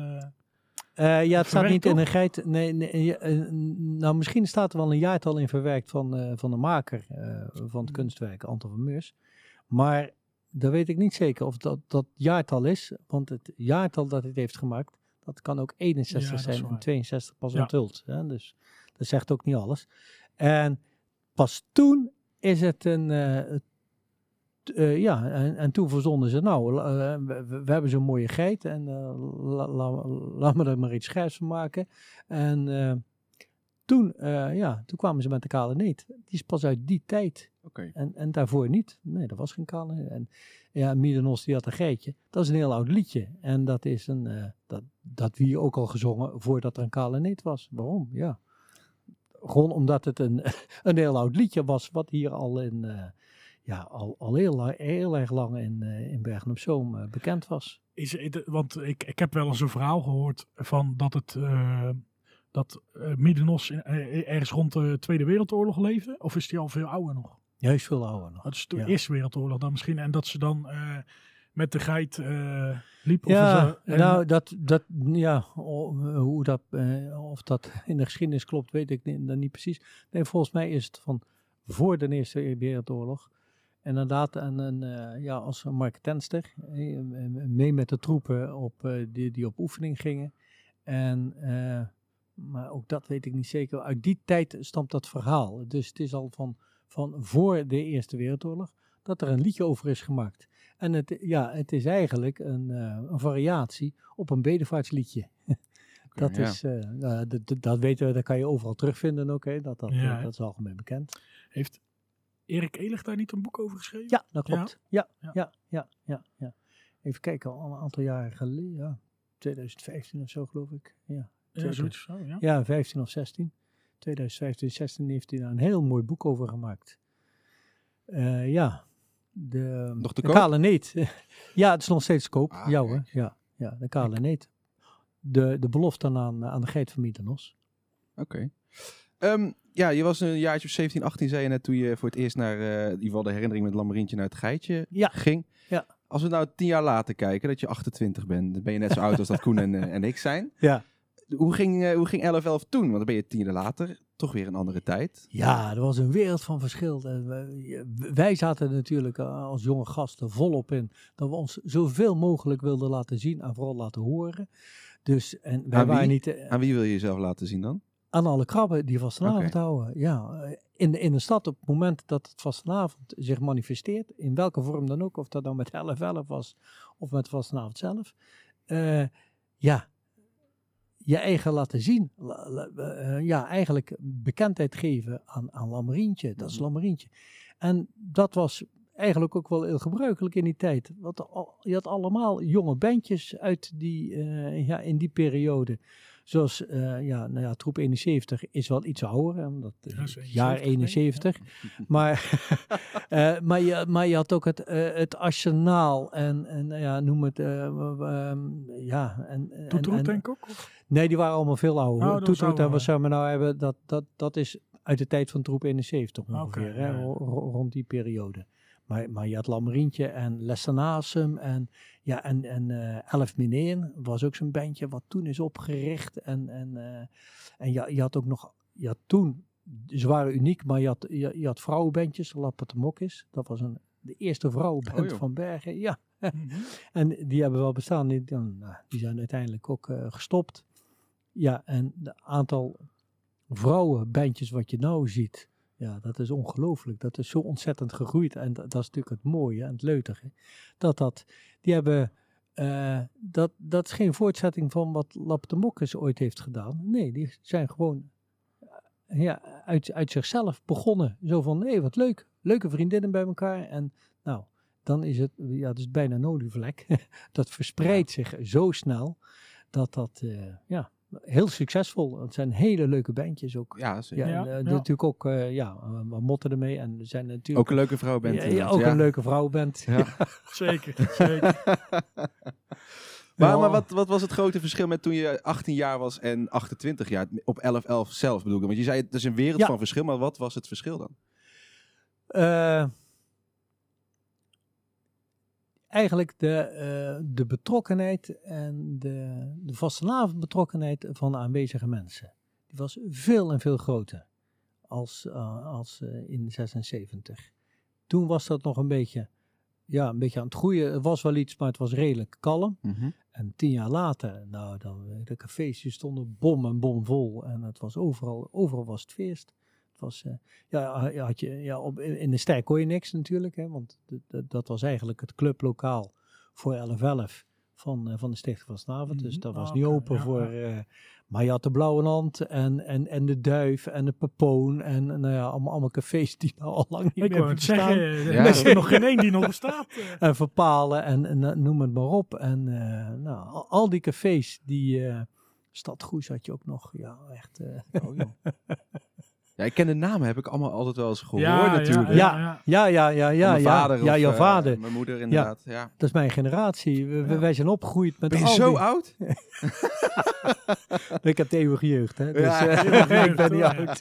uh, ja, het staat niet toch? in een geit. Nee, nee uh, nou, misschien staat er wel een jaartal in verwerkt van, uh, van de maker uh, van het kunstwerk, Anton van Meurs. Maar dat weet ik niet zeker of dat, dat jaartal is. Want het jaartal dat het heeft gemaakt, dat kan ook eenenzestig ja, zijn en tweeënzestig pas ja. onthuld. Hè? Dus dat zegt ook niet alles. En pas toen is het een... Uh, Uh, ja, en, en toen verzonnen ze, nou, uh, we, we hebben zo'n mooie geit en uh, laat la, la me er maar iets scherps van maken. En uh, toen, uh, ja, toen kwamen ze met de kale neet. Die is pas uit die tijd. Okay. En, en daarvoor niet. Nee, dat was geen kale neet. En ja, Miedenos die had een geitje. Dat is een heel oud liedje. En dat is een, uh, dat, dat wie ook al gezongen voordat er een kale neet was. Waarom? Ja. Gewoon omdat het een, een heel oud liedje was, wat hier al in... Uh, Ja, al, al heel, heel erg lang in, uh, in Bergen-op-Zoom uh, bekend was. Is, want ik, ik heb wel eens een verhaal gehoord van dat het uh, dat uh, Miedenos in, uh, ergens rond de Tweede Wereldoorlog leefde. Of is die al veel ouder nog? Juist veel ouder nog. Dat is de ja. Eerste Wereldoorlog dan misschien. En dat ze dan uh, met de geit uh, liep. Ja, of zo, en, nou dat, dat, ja, hoe dat, uh, of dat in de geschiedenis klopt, weet ik niet, niet precies. Nee, volgens mij is het van voor de Eerste Wereldoorlog. Inderdaad, en, en, uh, ja, als marketenster, eh, mee met de troepen op, uh, die, die op oefening gingen. En, uh, maar ook dat weet ik niet zeker. Uit die tijd stamt dat verhaal. Dus het is al van, van voor de Eerste Wereldoorlog dat er een liedje over is gemaakt. En het, ja, het is eigenlijk een, uh, een variatie op een bedevaartsliedje. dat, ja. is, uh, uh, d- d- dat weten we, dat kan je overal terugvinden ook. Okay? Dat, dat, ja. uh, dat is algemeen bekend. Heeft Erik Elig daar niet een boek over geschreven? Ja, dat klopt. Ja, ja, ja, ja, ja. ja. Even kijken, al een aantal jaren geleden. Ja, twintig vijftien of zo geloof ik. Ja, ja zoiets zo, ja. Ja, vijftien of zestien. twintig vijftien, zestien heeft hij daar een heel mooi boek over gemaakt. Uh, ja, de, nog te de koop? Kale Neet. Ja, het is nog steeds koop. Ah, Jou, hè? Ja, ja, de Kale Neet. De, de belofte aan, aan de geit van Mykonos. Oké. Okay. Um, ja, je was een jaartje of zeventien, achttien, zei je net, toen je voor het eerst naar, uh, in ieder geval de herinnering met Lammerientje naar het geitje ja. ging. Ja. Als we nou tien jaar later kijken, dat je achtentwintig bent, dan ben je net zo oud als dat Koen en, uh, en ik zijn. Ja. Hoe ging, uh, hoe ging elf elf toen? Want dan ben je tien jaar later, toch weer een andere tijd. Ja, er was een wereld van verschil. Wij zaten natuurlijk als jonge gasten volop in dat we ons zoveel mogelijk wilden laten zien en vooral laten horen. Dus, en wij aan, wie? waren niet, uh, aan wie wil je jezelf laten zien dan? Aan alle krabben die vastenavond okay. houden. Ja, in de, in de stad op het moment dat het vastenavond zich manifesteert, in welke vorm dan ook, of dat dan met elf elf was of met vastenavond zelf. Uh, ja, je eigen laten zien. Uh, ja, eigenlijk bekendheid geven aan, aan Lammerientje. Dat is Lammerientje. En dat was eigenlijk ook wel heel gebruikelijk in die tijd. Want je had allemaal jonge bandjes uit die, uh, ja, in die periode. Zoals, uh, ja, nou ja, Troep eenenzeventig is wel iets ouder, hè, dat, ja, eenenzeventig, jaar eenenzeventig. Ja. Maar, uh, maar, je, maar je had ook het, uh, het arsenaal en, en ja, noem het, uh, um, ja. En, Toetroet denk ik ook? Of? Nee, die waren allemaal veel ouder. Oh, Toetroet en wat zou we nou hebben, dat, dat, dat is uit de tijd van Troep eenenzeventig ongeveer, okay, hè, ja. r- rond die periode. Maar, maar je had Lammerientje en Lessenasum en, ja, en, en uh, Elf Mineen was ook zo'n bandje wat toen is opgericht. En, en, uh, en je, je had ook nog, je had toen, ze waren uniek, maar je had, je, je had vrouwenbandjes, Lappetemokis. Dat was een, de eerste vrouwenband oh, van Bergen, ja. Mm-hmm. En die hebben wel bestaan, die, dan, nou, die zijn uiteindelijk ook uh, gestopt. Ja, en het aantal vrouwenbandjes wat je nou ziet, ja, dat is ongelooflijk. Dat is zo ontzettend gegroeid. En dat, dat is natuurlijk het mooie en het leutige. Dat dat, die hebben, uh, dat, dat is geen voortzetting van wat Lappetemokkers ooit heeft gedaan. Nee, die zijn gewoon uh, ja, uit, uit zichzelf begonnen. Zo van, hé, hey, wat leuk. Leuke vriendinnen bij elkaar. En nou, dan is het, ja, het is bijna een olievlek. Dat verspreidt zich zo snel, dat dat, uh, ja... heel succesvol. Het zijn hele leuke bandjes ook. Ja, zeker. Ja, ja, en, uh, ja. Natuurlijk ook, uh, ja, we motten ermee. En er zijn natuurlijk ook een leuke vrouwband. Ja, ja, ook ja. een leuke vrouwband. Ja. zeker, zeker. Maar, ja. maar wat, wat was het grote verschil met toen je achttien jaar was en achtentwintig jaar? Op elf elf zelf bedoel ik. Want je zei, het is een wereld ja. van verschil. Maar wat was het verschil dan? Uh, eigenlijk de, uh, de betrokkenheid en de, de vastenavondbetrokkenheid van de aanwezige mensen. Die was veel en veel groter als, uh, als uh, in zesenzeventig. Toen was dat nog een beetje, ja, een beetje aan het groeien. Het was wel iets, maar het was redelijk kalm. Mm-hmm. En tien jaar later, nou, dan, de cafés die stonden bom en bom vol. En het was overal, overal was het feest. Was, uh, ja, had je, ja, op, in de Stijk kon je niks natuurlijk, hè, want d- d- dat was eigenlijk het clublokaal voor elf elf van, uh, van de Stichting van Vastenavond. Mm-hmm. Dus dat was oh, niet open ja, voor... Uh, maar je had de Blauwe Hand en, en, en de Duif en de Papoon en nou ja, allemaal, allemaal cafés die nou al lang niet ik meer bestaan. Zeggen, er is er nog geen één die nog bestaat. En Verpalen en, en noem het maar op. En uh, nou, al, al die cafés, die uh, Stad Goes had je ook nog, ja, echt... Uh, oh, joh. Ja, ik ken de namen, heb ik allemaal altijd wel eens gehoord ja, natuurlijk. Ja, ja, ja, ja, ja. Mijn vader ja, of jouw uh, vader. mijn moeder inderdaad, ja. ja. Dat is mijn generatie. We, ja. Wij zijn opgegroeid met Ben je al zo die... oud? Ik heb de eeuwige jeugd, hè. Dus ja, uh, ik ben niet oud.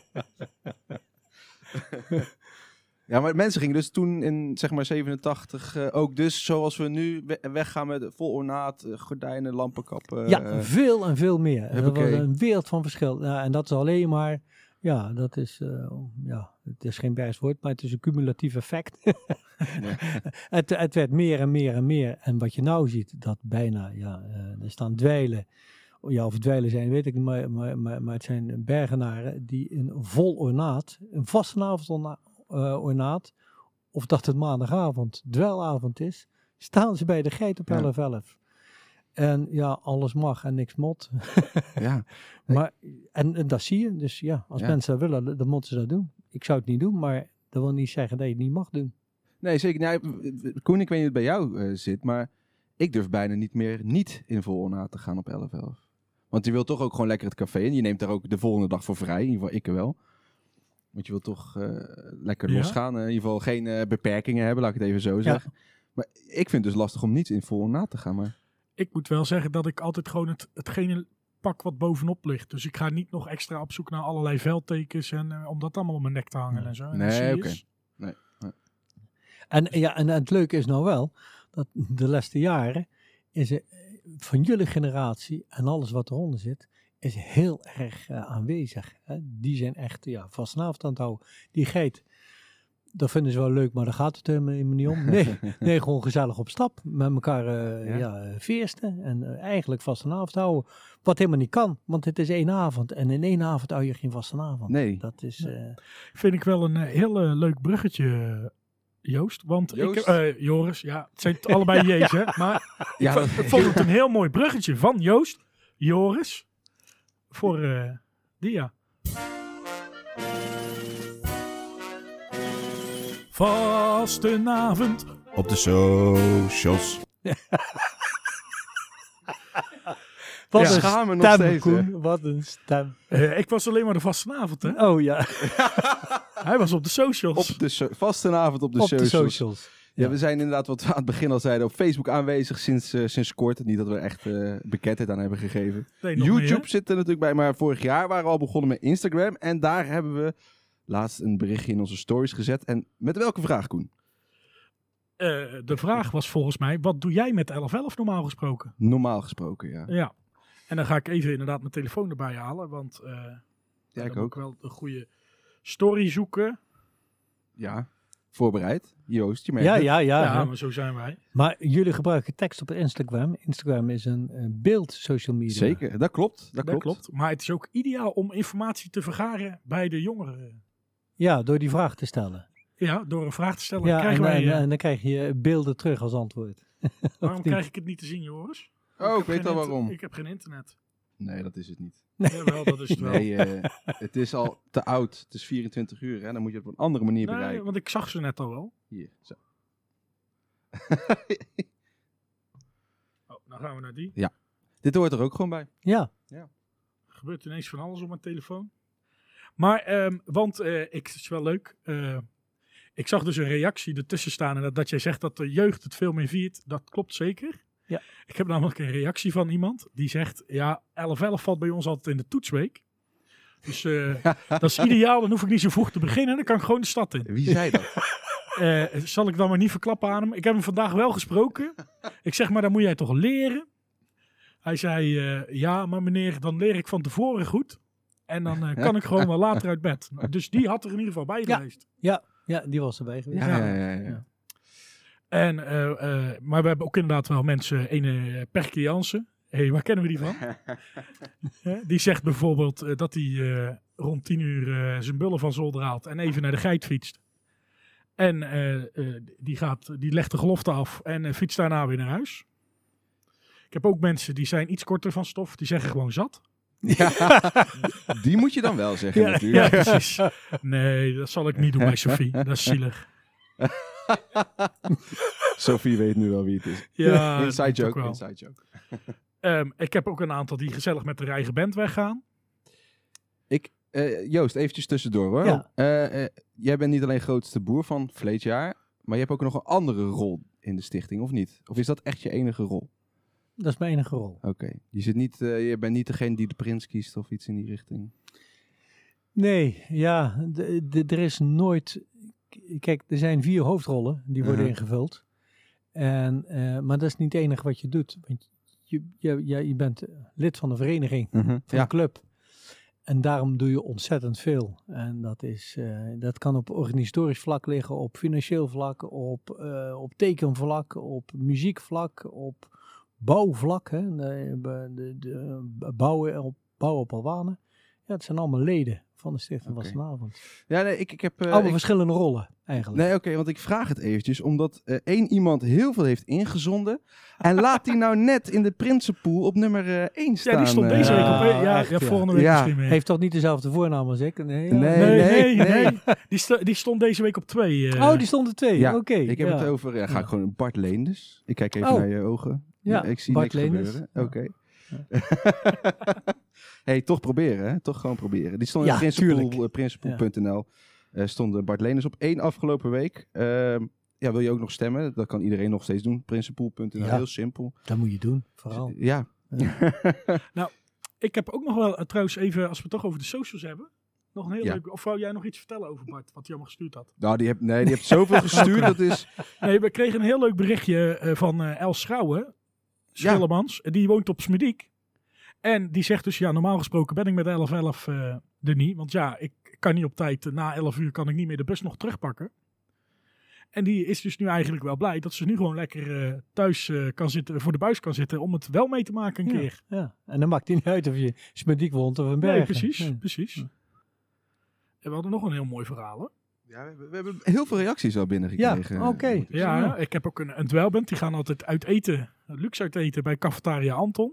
Ja, maar mensen gingen dus toen in zeg maar zevenentachtig uh, ook dus zoals we nu we- weggaan met vol ornaat, uh, gordijnen, lampenkappen. Uh, ja, veel en veel meer. Dat okay. was een wereld van verschil. Nou, en dat is alleen maar, ja, dat is, uh, ja, het is geen bijswoord, maar het is een cumulatief effect. nee. het, het werd meer en meer en meer. En wat je nou ziet, dat bijna, ja, uh, er staan dweilen. Ja, of dweilen zijn, weet ik niet, maar, maar, maar, maar het zijn bergenaren die in vol ornaat, een vastenavond ornaat, Uh, ornaat, of dat het maandagavond dweilavond is, staan ze bij de geit op elf elf. En ja, alles mag en niks mot. ja. Maar, en, en dat zie je. Dus ja, als ja. mensen dat willen, dan moeten ze dat doen. Ik zou het niet doen, maar dat wil niet zeggen dat je het niet mag doen. Nee, zeker. Nee, Koen, ik weet niet hoe het bij jou uh, zit, maar ik durf bijna niet meer niet in vol ornaat te gaan op elf elf. Want je wil toch ook gewoon lekker het café in. Je neemt daar ook de volgende dag voor vrij. In ieder geval ik er wel. Want je wilt toch uh, lekker Ja. losgaan. Uh, in ieder geval geen uh, beperkingen hebben, laat ik het even zo Ja. zeggen. Maar ik vind het dus lastig om niet in vol na te gaan. Maar... Ik moet wel zeggen dat ik altijd gewoon het, hetgene pak wat bovenop ligt. Dus ik ga niet nog extra op zoek naar allerlei veldtekens en uh, om dat allemaal om mijn nek te hangen en zo. En dan zie Nee, je oké. eens. Nee, nee. En, ja, en het leuke is nou wel, dat de laatste jaren is er, van jullie generatie en alles wat eronder zit, is heel erg uh, aanwezig. Hè. Die zijn echt ja, vastenavond aan het houden. Die geit, dat vinden ze wel leuk, maar daar gaat het helemaal niet om. Nee, nee gewoon gezellig op stap. Met elkaar uh, Ja. ja, feesten en uh, eigenlijk vastenavond houden. Wat helemaal niet kan, want het is één avond. En in één avond hou je geen vastenavond. Nee. Dat is... Uh, Vind ik wel een uh, heel uh, leuk bruggetje, Joost. Want Joost? ik, uh, Joris, ja, het zijn allebei J's, hè. Maar Ja, ik, v- ik vond het een heel mooi bruggetje van Joost, Joris, voor uh, Dia. Vastenavond. Op de socials. wat Ja. een Schaam me nog stem, steeds, hè. Koen. Wat een stem. Uh, ik was alleen maar de vastenavond, hè. Oh ja, Hij was op de socials. Op de so- vastenavond op de op socials. de socials. Ja, Ja. we zijn inderdaad, wat we aan het begin al zeiden, op Facebook aanwezig sinds, uh, sinds kort. Niet dat we er echt uh, bekendheid aan hebben gegeven. Nee, nog YouTube meer, hè? zit er natuurlijk bij, maar vorig jaar waren we al begonnen met Instagram. En daar hebben we laatst een berichtje in onze stories gezet. En met welke vraag, Koen? Uh, de vraag was volgens mij, wat doe jij met elf elf normaal gesproken? Normaal gesproken, ja. Ja. En dan ga ik even inderdaad mijn telefoon erbij halen, want uh, Ja, ik dan moet ook. ik wel een goede story zoeken. Ja, voorbereid. Joost, je merkt Ja, het. ja, ja. Ja, ja. maar zo zijn wij. Maar jullie gebruiken tekst op Instagram. Instagram is een, een beeld social media. Zeker, dat klopt. Dat, Dat klopt. klopt. Maar het is ook ideaal om informatie te vergaren bij de jongeren. Ja, door die vraag te stellen. Ja, door een vraag te stellen Ja, en, krijgen wij... en, uh, en dan krijg je beelden terug als antwoord. waarom of niet? krijg ik het niet te zien, Joris? Oh, heb ik weet geen al inter- waarom. Ik heb geen internet. Nee, dat is het niet. Jawel, dat is het wel. Nee, uh, het is al te oud. Het is vierentwintig uur, hè. Dan moet je het op een andere manier Nee, bereiken. want ik zag ze net al wel. Hier, zo. Oh, dan gaan we naar die. Dit hoort er ook gewoon bij. Ja, Er gebeurt ineens van alles op mijn telefoon. Maar, ehm, want uh, ik, het is wel leuk. Uh, ik zag dus een reactie ertussen staan. En dat, dat jij zegt dat de jeugd het veel meer viert. Dat klopt zeker. Ja. Ik heb namelijk een reactie van iemand. Die zegt, ja, elf elf valt bij ons altijd in de toetsweek. Dus uh, dat is ideaal. Dan hoef ik niet zo vroeg te beginnen. Dan kan ik gewoon de stad in. Wie zei dat? Uh, zal ik dan maar niet verklappen aan hem. Ik heb hem vandaag wel gesproken. Ik zeg, maar dan moet jij toch leren? Hij zei, uh, ja, maar meneer, dan leer ik van tevoren goed. En dan uh, kan ik gewoon wel later uit bed. Dus die had er in ieder geval bij Ja. geweest. ja, ja, die was erbij geweest. Ja, ja, ja. ja. Ja. En, uh, uh, maar we hebben ook inderdaad wel mensen, ene Perke Jansen. Hé, hey, waar kennen we die van? uh, die zegt bijvoorbeeld uh, dat hij uh, rond tien uur uh, zijn bullen van zolder haalt en even naar de geit fietst. En uh, uh, die, gaat, die legt de gelofte af en uh, fietst daarna weer naar huis. Ik heb ook mensen die zijn iets korter van stof. Die zeggen gewoon zat. Ja, die moet je dan wel zeggen Ja, natuurlijk. ja, precies. Nee, dat zal ik niet doen bij Sophie. Dat is zielig. Sophie weet nu wel wie het is. Ja, inside dat ook joke, wel. inside joke. Um, ik heb ook een aantal die gezellig met de eigen band weggaan. Ik, uh, Joost, eventjes tussendoor hoor. Ja. Uh, uh, jij bent niet alleen grootste boer van Vleetjaar, maar je hebt ook nog een andere rol in de stichting, of niet? Of is dat echt je enige rol? Dat is mijn enige rol. Oké. Okay. Je, zit niet, uh, je bent niet degene die de prins kiest of iets in die richting? Nee, ja, de, de, er is nooit... Kijk, er zijn vier hoofdrollen die worden Uh-huh. ingevuld. En, uh, maar dat is niet het enige wat je doet. Want je, je, je, je bent lid van de vereniging, Uh-huh. van Ja. de club. En daarom doe je ontzettend veel. En dat, is, uh, dat kan op organisatorisch vlak liggen, op financieel vlak, op, uh, op tekenvlak, op muziekvlak, op bouwvlak. Hè? De, de, de, de bouwen, op, bouwen op Alwanen. Ja, het zijn allemaal leden van de Stichting Oké. Vastenavond. Ja, nee, ik, ik heb... Uh, Allemaal ik, verschillende rollen, eigenlijk. nee, oké, okay, want ik vraag het eventjes, omdat uh, één iemand heel veel heeft ingezonden. En laat die nou net in de Prinsenpool op nummer uh, één staan. Ja, die stond deze uh, week op. Ja, Ja, echt, ja, ja. volgende week Ja. misschien meer. Heeft toch niet dezelfde voornaam als ik? Nee, ja. Nee, nee, nee. nee. nee. Die, sto- die stond deze week op twee. Uh, Oh, die stonden twee. Ja, Oké. Ik heb ja. het over, ja, ga ik Ja. gewoon Bart Leenders. Ik kijk even Oh. naar je ogen. Ja, ik zie Bart niks Leenders. gebeuren. Ja. Oké. hey, toch proberen, hè? Toch gewoon proberen. Die stond Ja, in Principool, tuurlijk. Principool punt n l. Uh, stond Bart Leners op één afgelopen week. Uh, ja, wil je ook nog stemmen? Dat kan iedereen nog steeds doen. Principool punt n l, Ja. heel simpel. Dat moet je doen, vooral. Ja. Nou, ik heb ook nog wel, uh, trouwens even, als we het toch over de socials hebben, nog een heel Ja. leuk, of wou jij nog iets vertellen over Bart, wat hij allemaal gestuurd had? Nou, die heeft, nee, die heeft zoveel gestuurd. Dat is... Nee, we kregen een heel leuk berichtje uh, van uh, Els Schouwen, Schillemans, die woont op Smediek. En die zegt dus, ja, normaal gesproken ben ik met elf elf uh, er niet, want ja, ik kan niet op tijd, uh, na elf uur kan ik niet meer de bus nog terugpakken. En die is dus nu eigenlijk wel blij dat ze nu gewoon lekker uh, thuis uh, kan zitten, voor de buis kan zitten om het wel mee te maken een Ja, keer. ja. En dan maakt het niet uit of je Smediek woont of een berg. Nee, precies, Ja. precies. Ja. En we hadden nog een heel mooi verhaal, hè? Ja, we, hebben, we hebben heel veel reacties al binnengekregen. Ja, oké. moet ik Ja, Ja. ik heb ook een, een dwelband. Die gaan altijd uit eten, luxe uit eten bij Cafetaria Anton.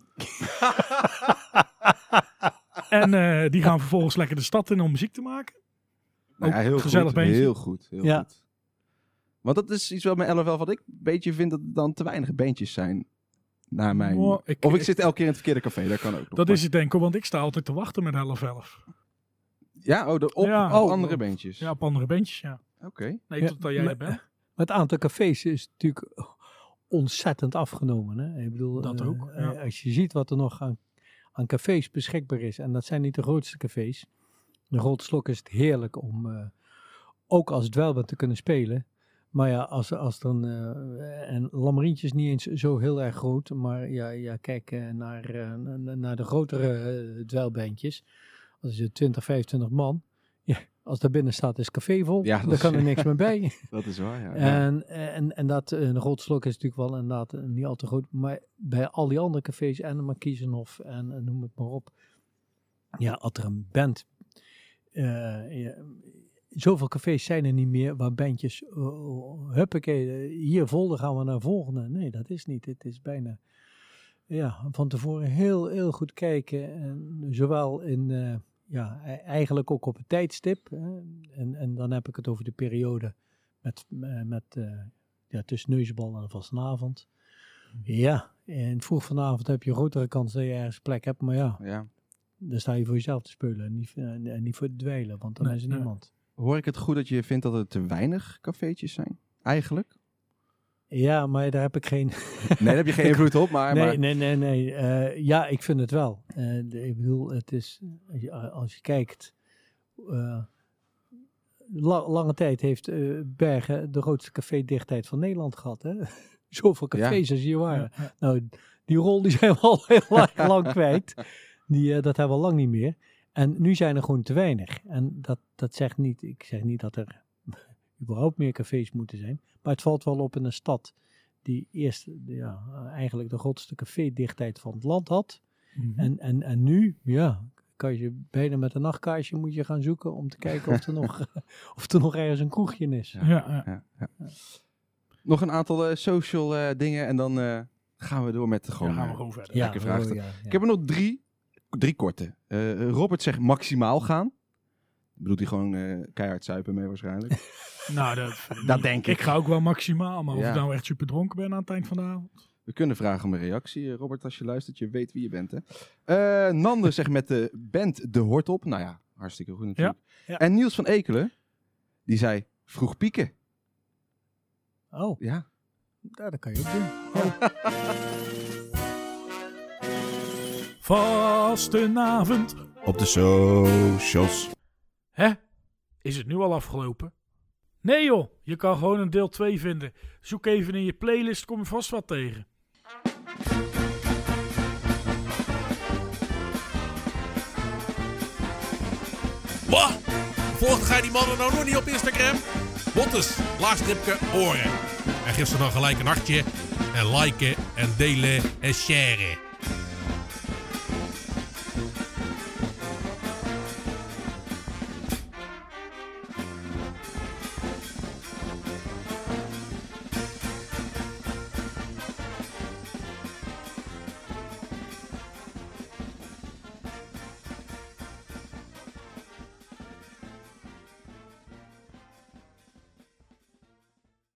en uh, die gaan vervolgens lekker de stad in om muziek te maken. Nou ja, Ook heel gezellig goed, beentje. heel goed. Heel Ja. goed. Want dat is iets wat met elf elf wat ik een beetje vind dat er dan te weinig beentjes zijn. Naar mijn... Oh, ik- of ik ik- zit elke keer in het verkeerde café, dat kan ook nog. Dat Maar- is het denk ik, want ik sta altijd te wachten met elf elf. Ja, oh, de, op, Ja. op Oh. andere beentjes. Ja, op andere bandjes, ja. Oké. Nee, Ja, totdat jij maar- er bent. Maar het aantal cafés is natuurlijk ontzettend afgenomen. Hè? Ik bedoel, Dat eh, ook, eh, ja. als je ziet wat er nog aan, aan cafés beschikbaar is, en dat zijn niet de grootste cafés. De Grote Slok is het heerlijk om uh, ook als dwelband te kunnen spelen. Maar ja, als, als dan, uh, en Lammerientje is niet eens zo heel erg groot, maar ja, ja kijk uh, naar, uh, naar de grotere uh, dwelbandjes. Als je twintig, vijfentwintig man, ja, als daar binnen staat is het café vol, Ja, dat dan is- kan er niks meer bij. Dat is waar, ja. ja. En, en, en dat, uh, de Grote Slok is natuurlijk wel inderdaad uh, niet al te groot, maar bij al die andere cafés en de Markiezenhof en uh, noem het maar op. Ja, als er een band, uh, ja, zoveel cafés zijn er niet meer waar bandjes, uh, huppakee, hier vol, dan gaan we naar de volgende. Nee, dat is niet. Het is bijna, ja, van tevoren heel, heel goed kijken. En zowel in, uh, ja, eigenlijk ook op het tijdstip. Hè. En, en dan heb ik het over de periode met, uh, met uh, ja, tussen Neuzenbal en vastenavond. Ja, en vroeg vanavond heb je een grotere kans dat je ergens plek hebt. Maar ja, ja. dan sta je voor jezelf te spelen en niet, uh, en niet voor het dweilen, want dan Nee, is er nee. niemand. Hoor ik het goed dat je vindt dat er te weinig cafeetjes zijn? Eigenlijk? Ja, maar daar heb ik geen... Nee, daar heb je geen invloed op, maar... Nee, maar... nee, nee, nee. Uh, ja, ik vind het wel. Uh, de, ik bedoel, het is, als je, als je kijkt, uh, la, lange tijd heeft uh, Bergen de grootste café-dichtheid van Nederland gehad. Hè? Zoveel cafés Ja. als hier waren. Ja, ja. Nou, die rol die zijn we al heel lang, lang kwijt. Die, uh, dat hebben we al lang niet meer. En nu zijn er gewoon te weinig. En dat, dat zegt niet, ik zeg niet dat er überhaupt meer cafés moeten zijn. Maar het valt wel op in een stad die eerst ja, eigenlijk de grootste café-dichtheid van het land had. Mm-hmm. En, en, en nu, ja, kan je bijna met een nachtkaarsje moet je gaan zoeken om te kijken of er nog, of er nog ergens een kroegje is. Ja, ja. Ja, ja. Nog een aantal uh, social uh, dingen en dan uh, gaan we door met Dan gewoon... gaan we uh, gewoon verder. Ja, Lekker vraag. oh, ja, ja. Ik heb er nog drie, drie korte. Uh, Robert zegt maximaal gaan. Bedoelt hij gewoon uh, keihard zuipen mee waarschijnlijk? Nou, dat, Dat denk ik. Ik ga ook wel maximaal, maar of Ja. ik nou echt super dronken ben aan het eind van de avond. We kunnen vragen om een reactie. Uh, Robert, als je luistert, je weet wie je bent. Hè? Uh, Nander zegt met de band De Hort op. Nou ja, hartstikke goed natuurlijk. Ja, ja. En Niels van Ekelen, die zei vroeg pieken. Oh, Ja. ja, dat kan je ook doen. Vastenavond. Op de socials. Hè? Is het nu al afgelopen? Nee joh, je kan gewoon een deel twee vinden. Zoek even in je playlist, kom je vast wat tegen. Wat? Volgt gij die mannen nou nog niet op Instagram? Bottes, laagstripke, oren. En geef ze dan gelijk een hartje. En liken en delen en sharen.